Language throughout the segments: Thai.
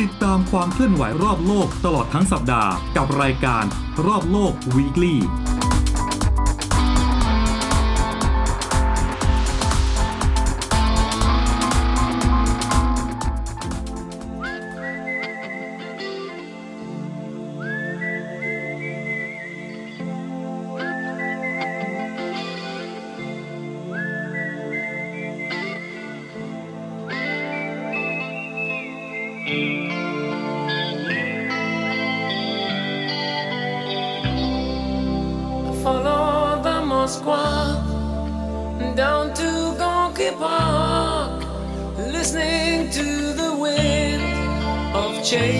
ดตามความเคลื่อนไหวรอบโลกตลอดทั้งสัปดาห์กับรายการรอบโลก Weekly Follow the Moskva down to Gorky Park, listening to the wind of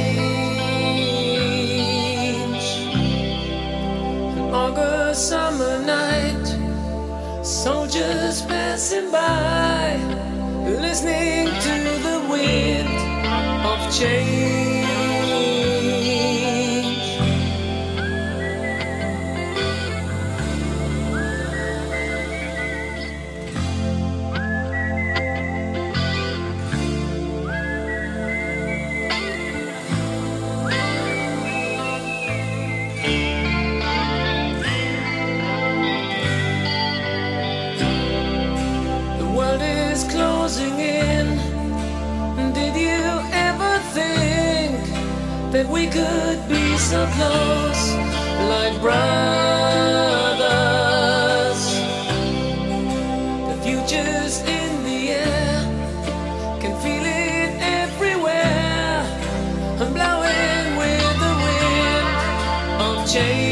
change. An August summer night, soldiers passing by, listening to the wind of change. Closing in. Did you ever think that we could be so close, like brothers? The future's in the air, can feel it everywhere. I'm blowing with the wind of change.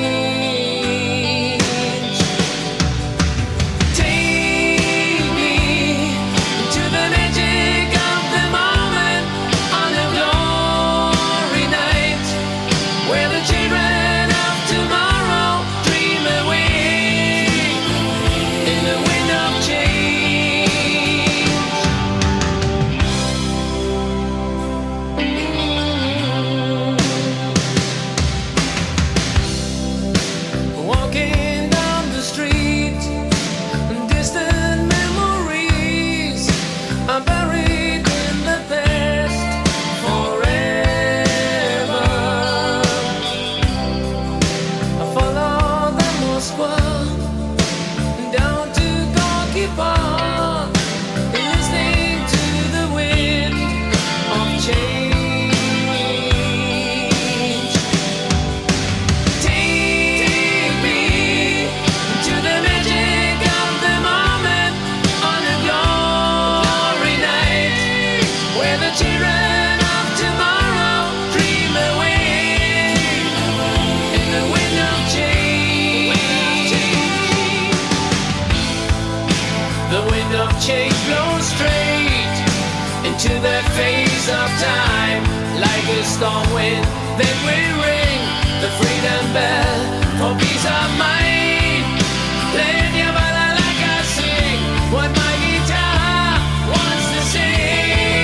Change blows straight into that phase of time, like a storm wind that will ring the freedom bell for peace of mind. Play your bala like I sing what my guitar wants to sing.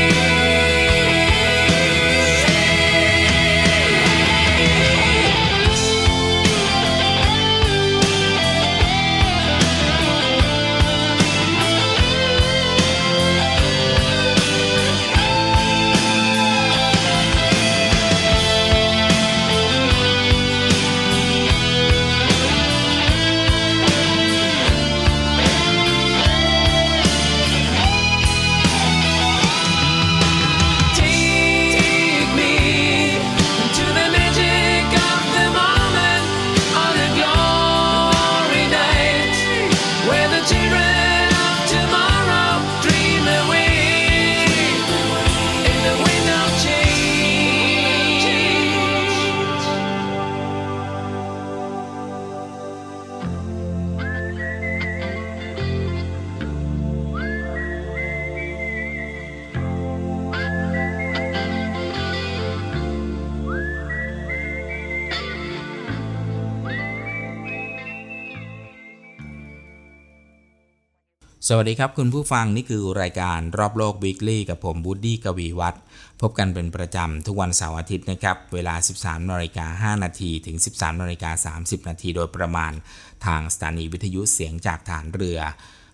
สวัสดีครับคุณผู้ฟังนี่คือรายการรอบโลก Weekly กับผมบูดดี้กวีวัฒน์พบกันเป็นประจำทุกวันเสาร์อาทิตย์นะครับเวลา 13:05 น.ถึง 13:30 น.โดยประมาณทางสถานีวิทยุเสียงจากฐานเรือ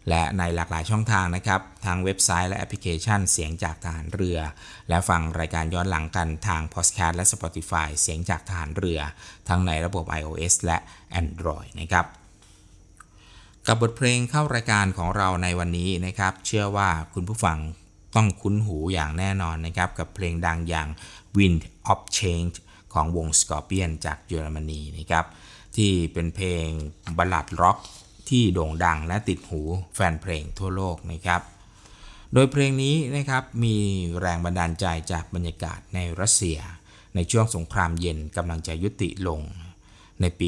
และในหลากหลายช่องทางนะครับทางเว็บไซต์และแอปพลิเคชันเสียงจากทหารเรือและฟังรายการย้อนหลังกันทางพอดแคสต์และ Spotify เสียงจากทหารเรือทั้งในระบบ iOS และ Android นะครับกับบทเพลงเข้ารายการของเราในวันนี้นะครับเชื่อว่าคุณผู้ฟังต้องคุ้นหูอย่างแน่นอนนะครับกับเพลงดังอย่าง Wind of Change ของวง Scorpion จากเยอรมนีนะครับที่เป็นเพลงบัลลัดร็อกที่โด่งดังและติดหูแฟนเพลงทั่วโลกนะครับโดยเพลงนี้นะครับมีแรงบันดาลใจจากบรรยากาศในรัสเซียในช่วงสงครามเย็นกำลังจะยุติลงในปี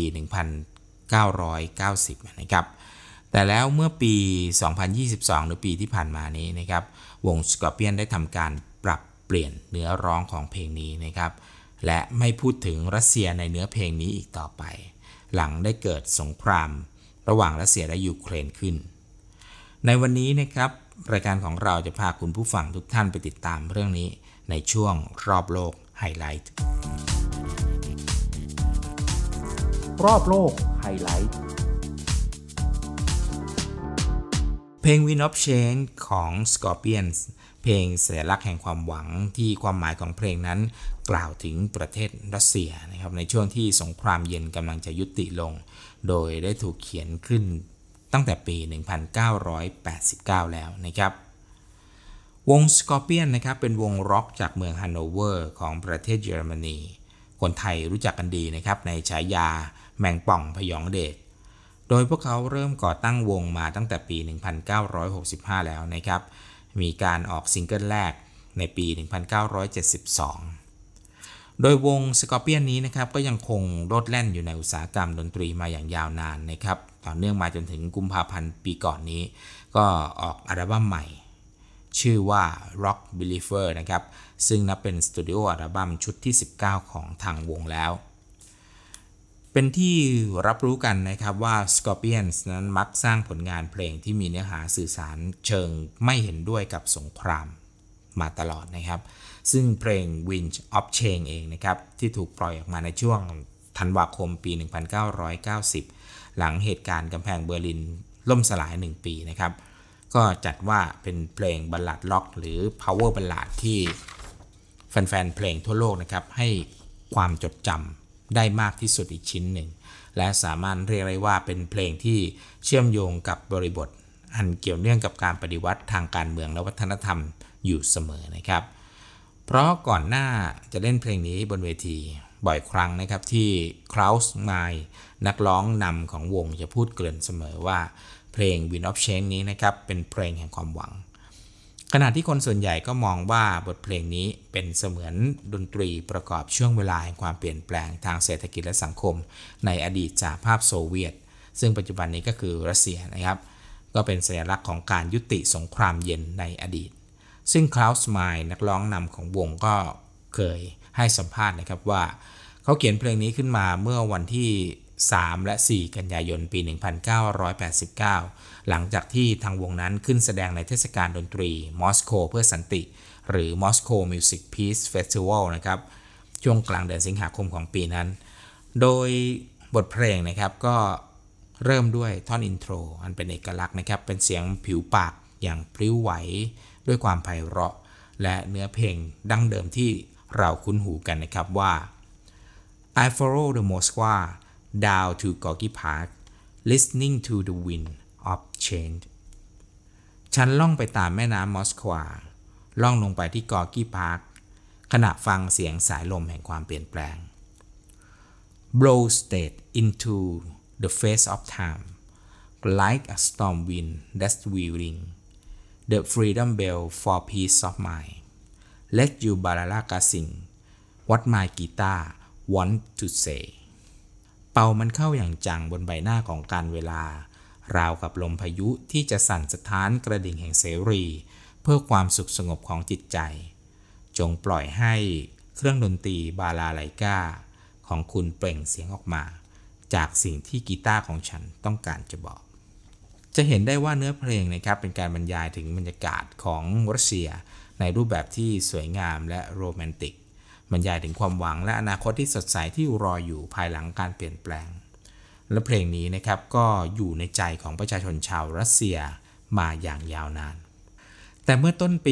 1990 นะครับแต่แล้วเมื่อปี 2022 หรือปีที่ผ่านมานี้นะครับวง Scorpion ได้ทำการปรับเปลี่ยนเนื้อร้องของเพลงนี้นะครับและไม่พูดถึงรัสเซียในเนื้อเพลงนี้อีกต่อไปหลังได้เกิดสงครามระหว่างรัสเซียและยูเครนขึ้นในวันนี้นะครับรายการของเราจะพาคุณผู้ฟังทุกท่านไปติดตามเรื่องนี้ในช่วงรอบโลกไฮไลท์รอบโลกไฮไลท์เพลง Wind of Change ของ Scorpions เพลงสัญลักษณ์แห่งความหวังที่ความหมายของเพลงนั้นกล่าวถึงประเทศรัสเซียนะครับในช่วงที่สงครามเย็นกำลังจะยุติลงโดยได้ถูกเขียนขึ้นตั้งแต่ปี 1989 แล้วนะครับวง Scorpion นะครับเป็นวงร็อกจากเมืองฮันโนเวอร์ของประเทศเยอรมนีคนไทยรู้จักกันดีนะครับในฉายาแมงป่องพยองเดชโดยพวกเขาเริ่มก่อตั้งวงมาตั้งแต่ปี 1965 แล้วนะครับมีการออกซิงเกิลแรกในปี 1972 โดยวง Scorpion นี้นะครับก็ยังคงโลดแล่นอยู่ในอุตสาหกรรมดนตรีมาอย่างยาวนานนะครับต่อเนื่องมาจนถึงกุมภาพันธ์ปีก่อนนี้ก็ออกอัลบั้มใหม่ชื่อว่า Rock Believer นะครับซึ่งนับเป็นสตูดิโออัลบั้มชุดที่ 19 ของทางวงแล้วเป็นที่รับรู้กันนะครับว่า Scorpions นั้นมักสร้างผลงานเพลงที่มีเนื้อหาสื่อสารเชิงไม่เห็นด้วยกับสงครามมาตลอดนะครับซึ่งเพลง Wind of Change เองนะครับที่ถูกปล่อยออกมาในช่วงธันวาคมปี 1990 หลังเหตุการณ์กำแพงเบอร์ลินล่มสลาย 1 ปีนะครับก็จัดว่าเป็นเพลงบัลลัดล็อกหรือ Power Ballad ที่แฟนๆเพลงทั่วโลกนะครับให้ความจดจำได้มากที่สุดอีกชิ้นหนึ่งและสามารถเรียกได้ว่าเป็นเพลงที่เชื่อมโยงกับบริบทอันเกี่ยวเนื่องกับการปฏิวัติทางการเมืองและวัฒนธรรมอยู่เสมอนะครับเพราะก่อนหน้าจะเล่นเพลงนี้บนเวทีบ่อยครั้งนะครับที่คลาวส์ไมล์นักร้องนำของวงจะพูดเกริ่นเสมอว่าเพลง Wind of Change นี้นะครับเป็นเพลงแห่งความหวังขณะที่คนส่วนใหญ่ก็มองว่าบทเพลงนี้เป็นเสมือนดนตรีประกอบช่วงเวลาแห่งความเปลี่ยนแปลงทางเศรษฐกิจและสังคมในอดีตสหภาพโซเวียตซึ่งปัจจุบันนี้ก็คือรัสเซียนะครับก็เป็นสัญลักษณ์ของการยุติสงครามเย็นในอดีตซึ่งคลาวส์ไมล์นักร้องนำของวงก็เคยให้สัมภาษณ์นะครับว่าเขาเขียนเพลงนี้ขึ้นมาเมื่อวันที่3 และ 4 กันยายนปี 1989 หลังจากที่ทางวงนั้นขึ้นแสดงในเทศกาลดนตรีมอสโกเพื่อสันติหรือ Moscow Music Peace Festival นะครับช่วงกลางเดือนสิงหาคมของปีนั้นโดยบทเพลงนะครับก็เริ่มด้วยท่อนอินโทรอันเป็นเอกลักษณ์นะครับเป็นเสียงผิวปากอย่างพลิ้วไหวด้วยความไพเราะและเนื้อเพลงดั้งเดิมที่เราคุ้นหูกันนะครับว่า I follow the Moskva down to Gorky Park listening to the wind of change ฉันล่องไปตามแม่น้ำมอสโกวาล่องลงไปที่กอร์กี้พาร์คขณะฟังเสียงสายลมแห่งความเปลี่ยนแปลง blow straight into the face of time like a storm wind that's wheeling the freedom bell for peace of mind let you balalaga sing what my guitar want to say เป่ามันเข้าอย่างจังบนใบหน้าของการเวลาราวกับลมพายุที่จะสั่นสะท้านกระดิ่งแห่งเสรีเพื่อความสุขสงบของจิตใจจงปล่อยให้เครื่องดนตรีบาลาไลกาของคุณเปล่งเสียงออกมาจากสิ่งที่กีตาร์ของฉันต้องการจะบอกจะเห็นได้ว่าเนื้อเพลงนะครับเป็นการบรรยายถึงบรรยากาศของรัสเซียในรูปแบบที่สวยงามและโรแมนติกบรรยายถึงความหวังและอนาคตที่สดใสที่รออยู่ภายหลังการเปลี่ยนแปลงและเพลงนี้นะครับก็อยู่ในใจของประชาชนชาวรัสเซียมาอย่างยาวนานแต่เมื่อต้นปี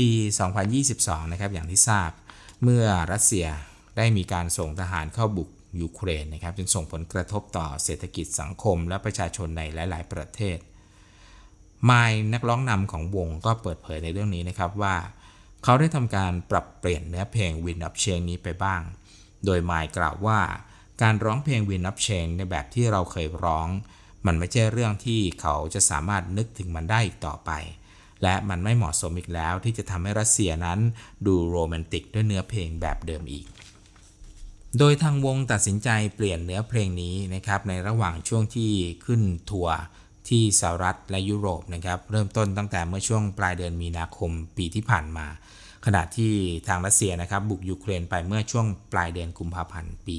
2022 นะครับอย่างที่ทราบเมื่อรัสเซียได้มีการส่งทหารเข้าบุกยูเครนนะครับจึงส่งผลกระทบต่อเศรษฐกิจสังคมและประชาชนในหลายๆประเทศไมค์นักร้องนำของวงก็เปิดเผยในเรื่องนี้นะครับว่าเขาได้ทำการปรับเปลี่ยนเนื้อเพลง Wind of Change นี้ไปบ้างโดยไมค์กล่าวว่าการร้องเพลง Wind of Change ในแบบที่เราเคยร้องมันไม่ใช่เรื่องที่เขาจะสามารถนึกถึงมันได้อีกต่อไปและมันไม่เหมาะสมอีกแล้วที่จะทำให้รัสเซียนั้นดูโรแมนติกด้วยเนื้อเพลงแบบเดิมอีกโดยทางวงตัดสินใจเปลี่ยนเนื้อเพลงนี้นะครับในระหว่างช่วงที่ขึ้นทัวร์ที่สหรัฐและยุโรปนะครับเริ่มต้นตั้งแต่เมื่อช่วงปลายเดือนมีนาคมปีที่ผ่านมาขณะที่ทางรัสเซียนะครับบุกยูเครนไปเมื่อช่วงปลายเดือนกุมภาพันธ์ปี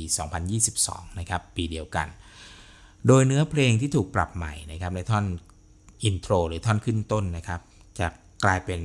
2022 นะครับปีเดียวกันโดยเนื้อเพลงที่ถูกปรับใหม่นะครับในท่อนอินโทรหรือท่อนขึ้นต้นนะครับจะกลายเป็น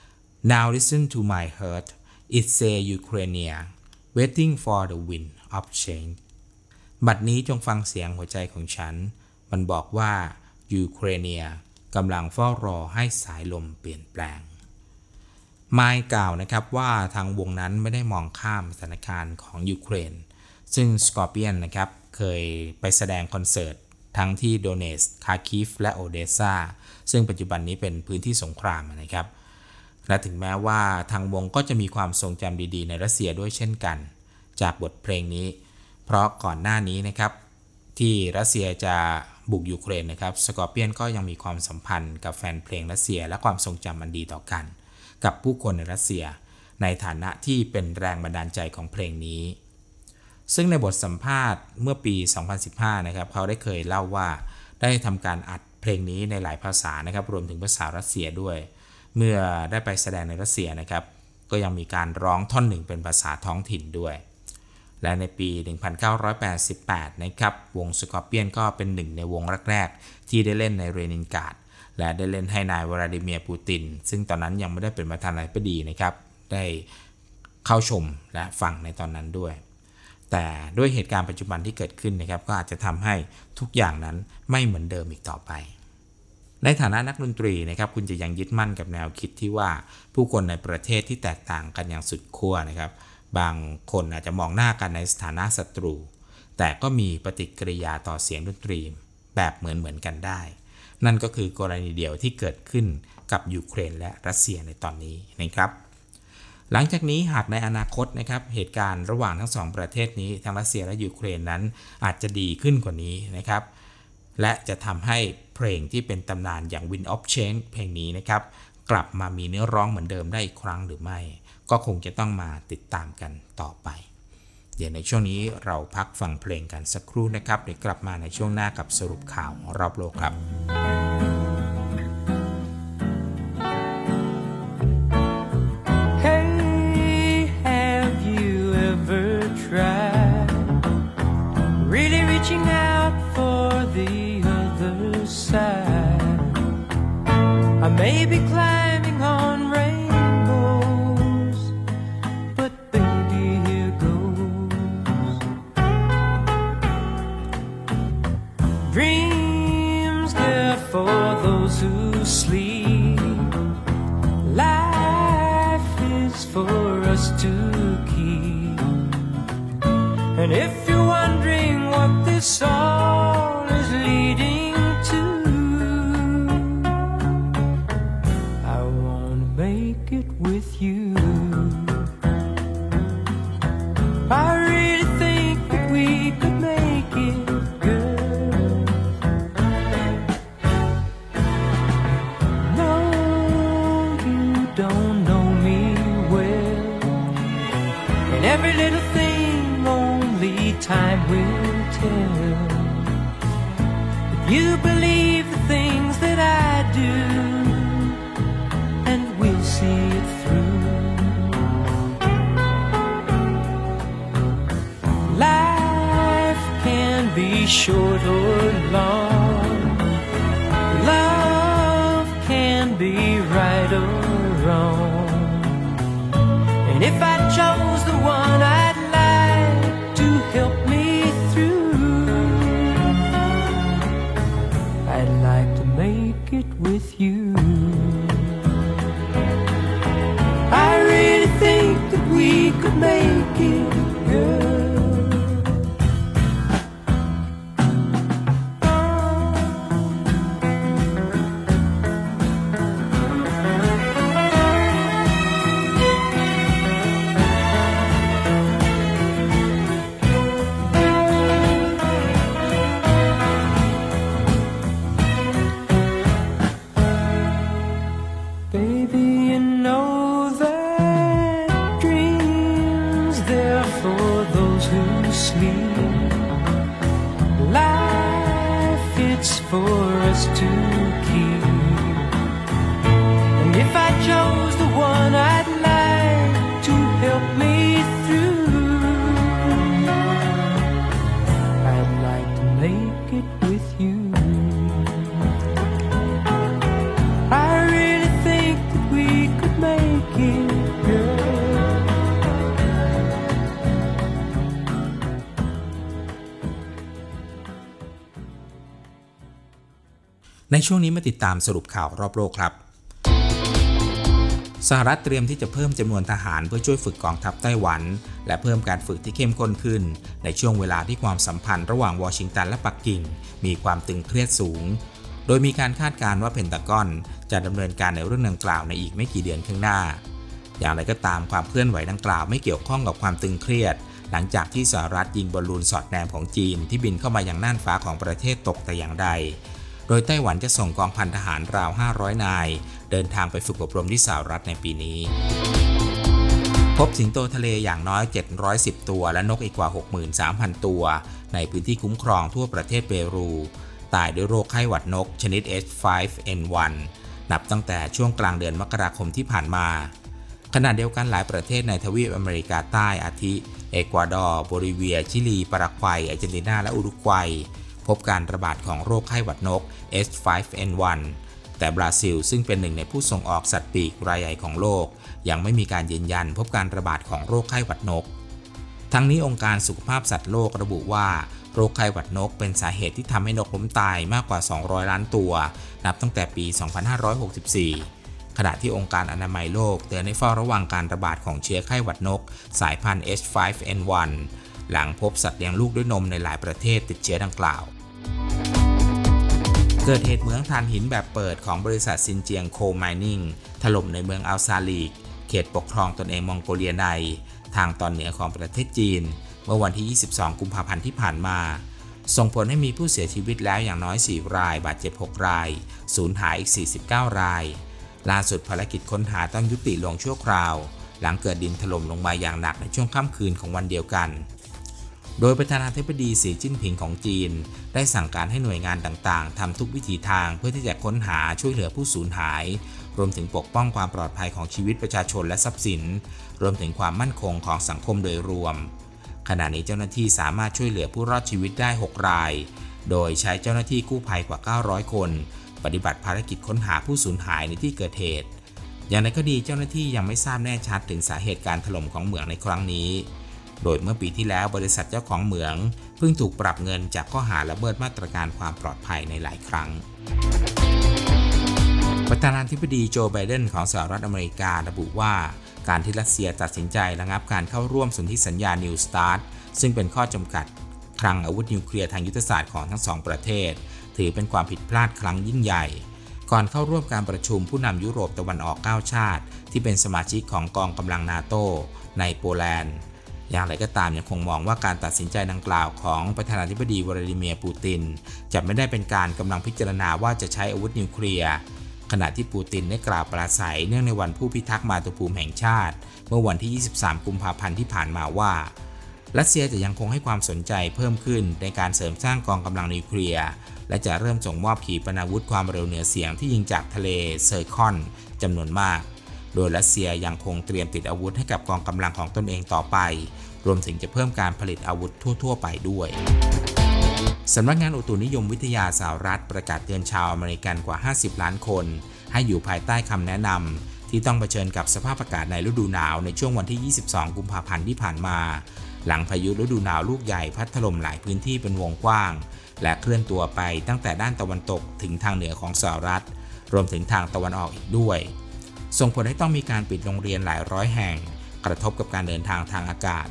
Now listen to my heart it say Ukraine waiting for the wind of change บัดนี้จงฟังเสียงหัวใจของฉันมันบอกว่ายูเครเนียกำลังเฝ้ารอให้สายลมเปลี่ยนแปลงไมค์กล่าวนะครับว่าทางวงนั้นไม่ได้มองข้ามสถานการณ์ของยูเครนซึ่ง Scorpion นะครับเคยไปแสดงคอนเสิร์ตทั้งที่โดเนสคาคิฟและโอเดซาซึ่งปัจจุบันนี้เป็นพื้นที่สงครามนะครับและถึงแม้ว่าทางวงก็จะมีความทรงจำดีๆในรัสเซียด้วยเช่นกันจากบทเพลงนี้เพราะก่อนหน้านี้นะครับที่รัสเซียจะบุกยูเครนนะครับสกอร์เปียนก็ยังมีความสัมพันธ์กับแฟนเพลงรัสเซียและความทรงจำอันดีต่อกันกับผู้คนในรัสเซียในฐานะที่เป็นแรงบันดาลใจของเพลงนี้ซึ่งในบทสัมภาษณ์เมื่อปี 2015 นะครับเขาได้เคยเล่าว่าได้ทำการอัดเพลงนี้ในหลายภาษานะครับรวมถึงภาษารัสเซียด้วยเมื่อได้ไปแสดงในรัสเซียนะครับก็ยังมีการร้องท่อนหนึ่งเป็นภาษาท้องถิ่นด้วยและในปี 1988 นะครับวงสกอร์เปียนก็เป็นหนึ่งในวงแรกๆที่ได้เล่นในเรนินกราดและได้เล่นให้นายวลาดิเมียร์ปูตินซึ่งตอนนั้นยังไม่ได้เป็นประธานาธิบดีนะครับได้เข้าชมและฟังในตอนนั้นด้วยแต่ด้วยเหตุการณ์ปัจจุบันที่เกิดขึ้นนะครับก็อาจจะทำให้ทุกอย่างนั้นไม่เหมือนเดิมอีกต่อไปในฐานะนักดนตรีนะครับคุณจะยังยึดมั่นกับแนวคิดที่ว่าผู้คนในประเทศที่แตกต่างกันอย่างสุดขั้วนะครับบางคนอาจจะมองหน้ากันในสถานะศัตรูแต่ก็มีปฏิกิริยาต่อเสียงดนตรีแบบเหมือนกันได้นั่นก็คือกรณีเดียวที่เกิดขึ้นกับยูเครนและรัสเซียในตอนนี้นะครับหลังจากนี้หากในอนาคตนะครับเหตุการณ์ระหว่างทั้งสองประเทศนี้ทั้งรัสเซียและยูเครนนั้นอาจจะดีขึ้นกว่านี้นะครับและจะทำให้เพลงที่เป็นตำนานอย่าง Wind of Change เพลงนี้นะครับกลับมามีเนื้อร้องเหมือนเดิมได้อีกครั้งหรือไม่ก็คงจะต้องมาติดตามกันต่อไปเดี๋ยวในช่วงนี้เราพักฟังเพลงกันสักครู่นะครับเดี๋ยวกลับมาในช่วงหน้ากับสรุปข่าวรอบโลกครับ Reaching out for the other side. I may be climbing on rainbows, but baby, here goes. Dreams there for those who sleep. Life is for us to keep. And if you're wondering what this all is leading to, I wanna make it with you. I really think that we could make it, girl. No, you don't know me well, and every little thing only time will tell. If you believe the things that I do, and we'll see it through. Life can be short or long. Love can be right or wrong. And if I chose the one I'd like to help me through, I'd like to make it with you. it, girl. Baby, you know that dreams they're for those who sleep. Life it's for us to keep. And if I chose the one I'd like to help me through, I'd like to make it with you. I really think that we could make it, girl. ในช่วงนี้มาติดตามสรุปข่าวรอบโลกครับสหรัฐเตรียมที่จะเพิ่มจำนวนทหารเพื่อช่วยฝึกกองทัพไต้หวันและเพิ่มการฝึกที่เข้มข้นขึ้นในช่วงเวลาที่ความสัมพันธ์ระหว่างวอชิงตันและปักกิ่งมีความตึงเครียดสูงโดยมีการคาดการณ์ว่าเพนทากอนจะดำเนินการในเรื่องดังกล่าวในอีกไม่กี่เดือนข้างหน้าอย่างไรก็ตามความเคลื่อนไหวดังกล่าวไม่เกี่ยวข้องกับความตึงเครียดหลังจากที่สหรัฐยิงบอลลูนสอดแนมของจีนที่บินเข้ามายังน่านฟ้าของประเทศตกแต่อย่างใดโดยไต้หวันจะส่งกองพันทหารราว500นายเดินทางไปฝึกอบรมที่สหรัฐในปีนี้พบสิงโตทะเลอย่างน้อย710ตัวและนกอีกกว่า 63,000 ตัวในพื้นที่คุ้มครองทั่วประเทศเปรูตายด้วยโรคไข้หวัดนกชนิด H5N1 นับตั้งแต่ช่วงกลางเดือนมกราคมที่ผ่านมาขณะเดียวกันหลายประเทศในทวีปอเมริกาใต้อาทิเอกวาดอร์โบลิเวียชิลีปารากวัยอาร์เจนตินาและอุรุกวัยพบการระบาดของโรคไข้หวัดนก H5N1 แต่บราซิลซึ่งเป็นหนึ่งในผู้ส่งออกสัตว์ปีกรายใหญ่ของโลกยังไม่มีการยืนยันพบการระบาดของโรคไข้หวัดนกทั้งนี้องค์การสุขภาพสัตว์โลกระบุว่าโรคไข้หวัดนกเป็นสาเหตุที่ทำให้นกล้มตายมากกว่า200ล้านตัวนับตั้งแต่ปี 2564 ขณะที่องค์การอนามัยโลกเตือนให้เฝ้าระวังการระบาดของเชื้อไข้หวัดนกสายพันธุ์ H5N1 หลังพบสัตว์เลี้ยงลูกด้วยนมในหลายประเทศติดเชื้อดังกล่าวเกิดเหตุเหมืองถ่านหินแบบเปิดของบริษัทซินเจียงโคลไมนิ่งถล่มในเมืองอัลซาลีกเขตปกครองตนเองมองโกเลียในทางตอนเหนือของประเทศจีนเมื่อวันที่22กุมภาพันธ์ที่ผ่านมาส่งผลให้มีผู้เสียชีวิตแล้วอย่างน้อย4รายบาดเจ็บ6รายสูญหายอีก49รายล่าสุดภารกิจค้นหาต้องยุติลงชั่วคราวหลังเกิดดินถล่มลงมาอย่างหนักในช่วงค่ำคืนของวันเดียวกันโดยประธานาธิบดีสีจิ้นผิงของจีนได้สั่งการให้หน่วยงานต่างๆทำทุกวิถีทางเพื่อที่จะค้นหาช่วยเหลือผู้สูญหายรวมถึงปกป้องความปลอดภัยของชีวิตประชาชนและทรัพย์สินรวมถึงความมั่นคงของสังคมโดยรวมขณะนี้เจ้าหน้าที่สามารถช่วยเหลือผู้รอดชีวิตได้6รายโดยใช้เจ้าหน้าที่กู้ภัยกว่า900คนปฏิบัติภารกิจค้นหาผู้สูญหายในที่เกิดเหตุอย่างไรก็ดีเจ้าหน้าที่ยังไม่ทราบแน่ชัดถึงสาเหตุการถล่มของเหมืองในครั้งนี้โดยเมื่อปีที่แล้วบริษัทเจ้าของเหมืองเพิ่งถูกปรับเงินจากข้อหาละเมิดมาตรการความปลอดภัยในหลายครั้งประธานาธิบดีโจไบเดนของสหรัฐอเมริการะบุว่าการที่รัสเซียตัดสินใจระงับการเข้าร่วมสนธิสัญญา New START ซึ่งเป็นข้อจำกัดคลังอาวุธนิวเคลียร์ทางยุทธศาสตร์ของทั้งสองประเทศถือเป็นความผิดพลาดครั้งยิ่งใหญ่ก่อนเข้าร่วมการประชุมผู้นำยุโรปตะวันออก9ชาติที่เป็นสมาชิกของกองกำลังนาโตในโปแลนด์อย่างไรก็ตามยังคงมองว่าการตัดสินใจดังกล่าวของประธานาธิบดีวลาดิเมียร์ปูตินจะไม่ได้เป็นการกำลังพิจารณาว่าจะใช้อาวุธนิวเคลียร์ขณะที่ปูตินได้กล่าวปราศัยเนื่องในวันผู้พิทักษ์มาตุภูมิแห่งชาติเมื่อวันที่23กุมภาพันธ์ที่ผ่านมาว่ารัสเซียจะยังคงให้ความสนใจเพิ่มขึ้นในการเสริมสร้างกองกำลังนิวเคลียร์และจะเริ่มส่งมอบขีปนาวุธความเร็วเหนือเสียงที่ยิงจากทะเลเซอร์คอนจำนวนมากโดยรัสเซียยังคงเตรียมติดอาวุธให้กับกองกำลังของตนเองต่อไปรวมถึงจะเพิ่มการผลิตอาวุธทั่วๆไปด้วยสำนักงานอุตุนิยมวิทยาสหรัฐประกาศเตือนชาวอเมริกันกว่า50ล้านคนให้อยู่ภายใต้คำแนะนำที่ต้องเผชิญกับสภาพอากาศในฤดูหนาวในช่วงวันที่22กุมภาพันธ์ที่ผ่านมาหลังพายุฤดูหนาวลูกใหญ่พัดถล่มหลายพื้นที่เป็นวงกว้างและเคลื่อนตัวไปตั้งแต่ด้านตะวันตกถึงทางเหนือของสหรัฐรวมถึงทางตะวันออกอีกด้วยส่งผลให้ต้องมีการปิดโรงเรียนหลายร้อยแห่งกระทบกับการเดินทางทางอากาศ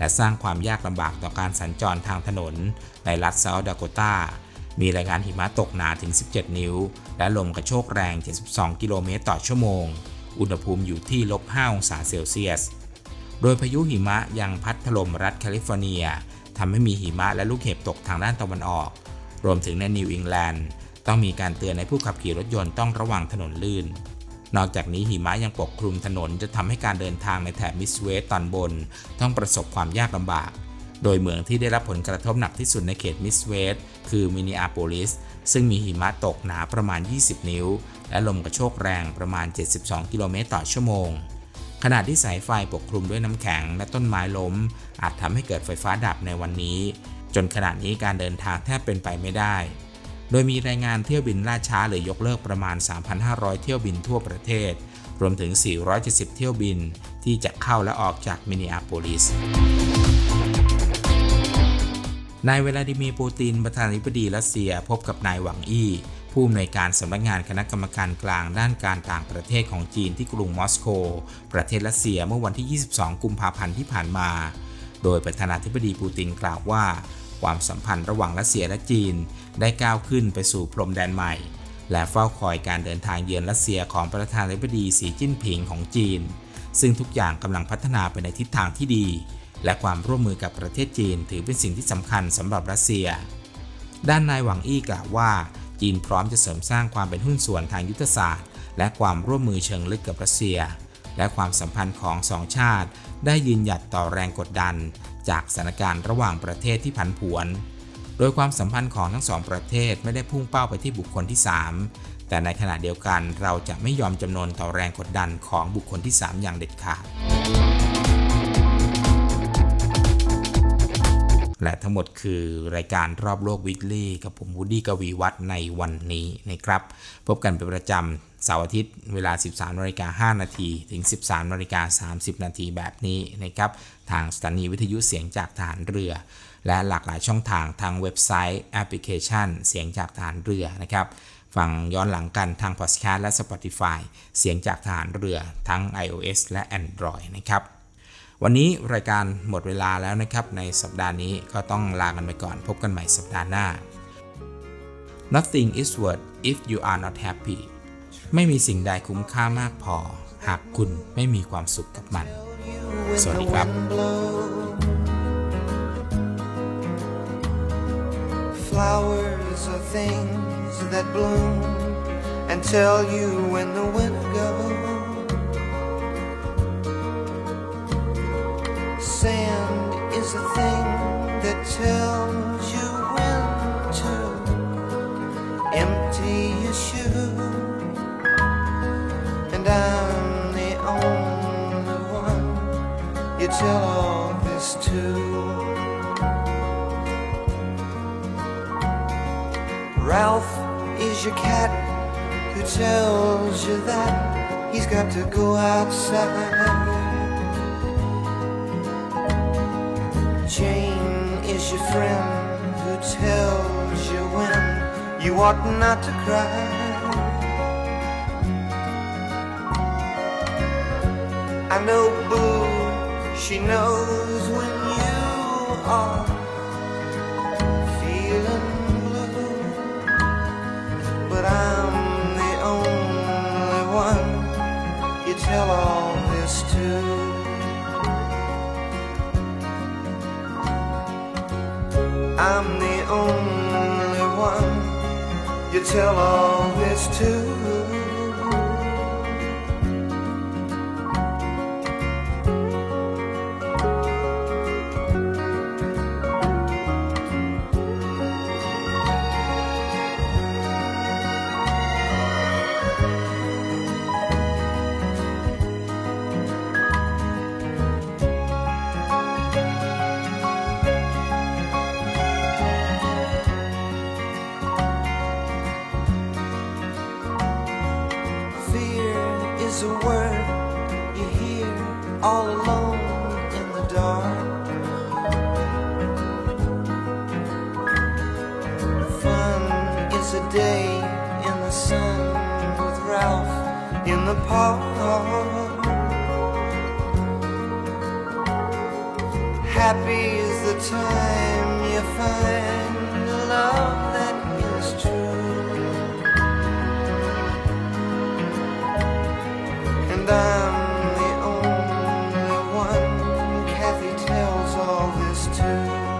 และสร้างความยากลำบากต่อการสัญจรทางถนนในรัฐเซาท์ดาโคตามีรายงานหิมะตกหนาถึง17นิ้วและลมกระโชกแรง72กิโลเมตรต่อชั่วโมงอุณหภูมิอยู่ที่-5 องศาเซลเซียสโดยพายุหิมะยังพัดถล่มรัฐแคลิฟอร์เนียทำให้มีหิมะและลูกเห็บตกทางด้านตะวันออกรวมถึงในนิวอิงแลนด์ต้องมีการเตือนให้ผู้ขับขี่รถยนต์ต้องระวังถนนลื่นนอกจากนี้หิมะยังปกคลุมถนนจะทำให้การเดินทางในแถบมิสเวสตอนบนต้องประสบความยากลำบากโดยเมืองที่ได้รับผลกระทบหนักที่สุดในเขตมิสเวสคือมินนิอาโพลิสซึ่งมีหิมะตกหนาประมาณ20นิ้วและลมกระโชกแรงประมาณ72กิโลเมตรต่อชั่วโมงขณะที่สายไฟปกคลุมด้วยน้ำแข็งและต้นไม้ล้มอาจทำให้เกิดไฟฟ้าดับในวันนี้จนขณะนี้การเดินทางแทบเป็นไปไม่ได้โดยมีรายงานเที่ยวบินล่าช้าหรือยกเลิกประมาณ 3,500 เที่ยวบินทั่วประเทศรวมถึง470เที่ยวบินที่จะเข้าและออกจากมินนิอาโพลิสนายเวลาดิมีร์ ปูตินประธานาธิบดีรัสเซียพบกับนายหวังอี้ผู้อำนวยการสำนักงานคณะกรรมการกลางด้านการต่างประเทศของจีนที่กรุงมอสโกประเทศรัสเซียเมื่อวันที่22กุมภาพันธ์ที่ผ่านมาโดยประธานาธิบดีปูตินกล่าวว่าความสัมพันธ์ระหว่างรัสเซียและจีนได้ก้าวขึ้นไปสู่พรมแดนใหม่และเฝ้าคอยการเดินทางเยือนรัสเซียของประธานาธิบดีสีจิ้นผิงของจีนซึ่งทุกอย่างกำลังพัฒนาไปในทิศทางที่ดีและความร่วมมือกับประเทศจีนถือเป็นสิ่งที่สำคัญสำหรับรัสเซียด้านนายหวังอี้กล่าวว่าจีนพร้อมจะเสริมสร้างความเป็นหุ้นส่วนทางยุทธศาสตร์และความร่วมมือเชิงลึกกับรัสเซียและความสัมพันธ์ของสองชาติได้ยืนหยัดต่อแรงกดดันจากสถานการณ์ระหว่างประเทศที่ผันผวนโดยความสัมพันธ์ของทั้งสองประเทศไม่ได้พุ่งเป้าไปที่บุคคลที่3แต่ในขณะเดียวกันเราจะไม่ยอมจำนนต่อแรงกดดันของบุคคลที่3อย่างเด็ดขาดและทั้งหมดคือรายการรอบโลก Weekly กับผมวูดดี้กวีวัฒน์ในวันนี้นะครับพบกันเป็นประจำเสาร์อาทิตย์เวลา 13:05 น.ถึง 13:30 น.แบบนี้นะครับทางสถานีวิทยุเสียงจากทหารเรือและหลากหลายช่องทางทางเว็บไซต์แอปพลิเคชันเสียงจากทหารเรือนะครับฟังย้อนหลังกันทาง Podcast และ Spotify เสียงจากทหารเรือทั้ง iOS และ Android นะครับวันนี้รายการหมดเวลาแล้วนะครับในสัปดาห์นี้ก็ต้องลากันไปก่อนพบกันใหม่สัปดาห์หน้า Nothing is worth if you are not happy ไม่มีสิ่งใดคุ้มค่ามากพอหากคุณไม่มีความสุขกับมันสวัสดีครับ Flowers are things that bloom and tell you when the winter goes. Sand is a thing that tells you when to empty your shoe. And I'm the only one you tell all this to. Ralph is your cat who tells you that he's got to go outside. Jane is your friend who tells you when you ought not to cry. I know Boo, she knows when you are feeling blue, but I'm the only one you tell all this to. I'm the only one you tell all this to. A word you hear all alone in the dark. Fun is a day in the sun with Ralph in the park. happy's the time you find love that is true. And I'm the only one Kathy tells all this to.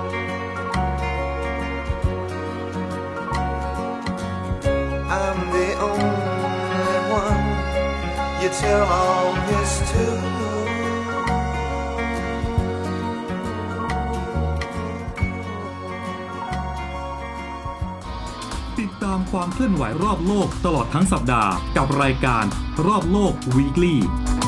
I'm the only one you tell all this to. ติดตามความเคลื่อนไหวรอบโลกตลอดทั้งสัปดาห์กับรายการรอบโลก Weekly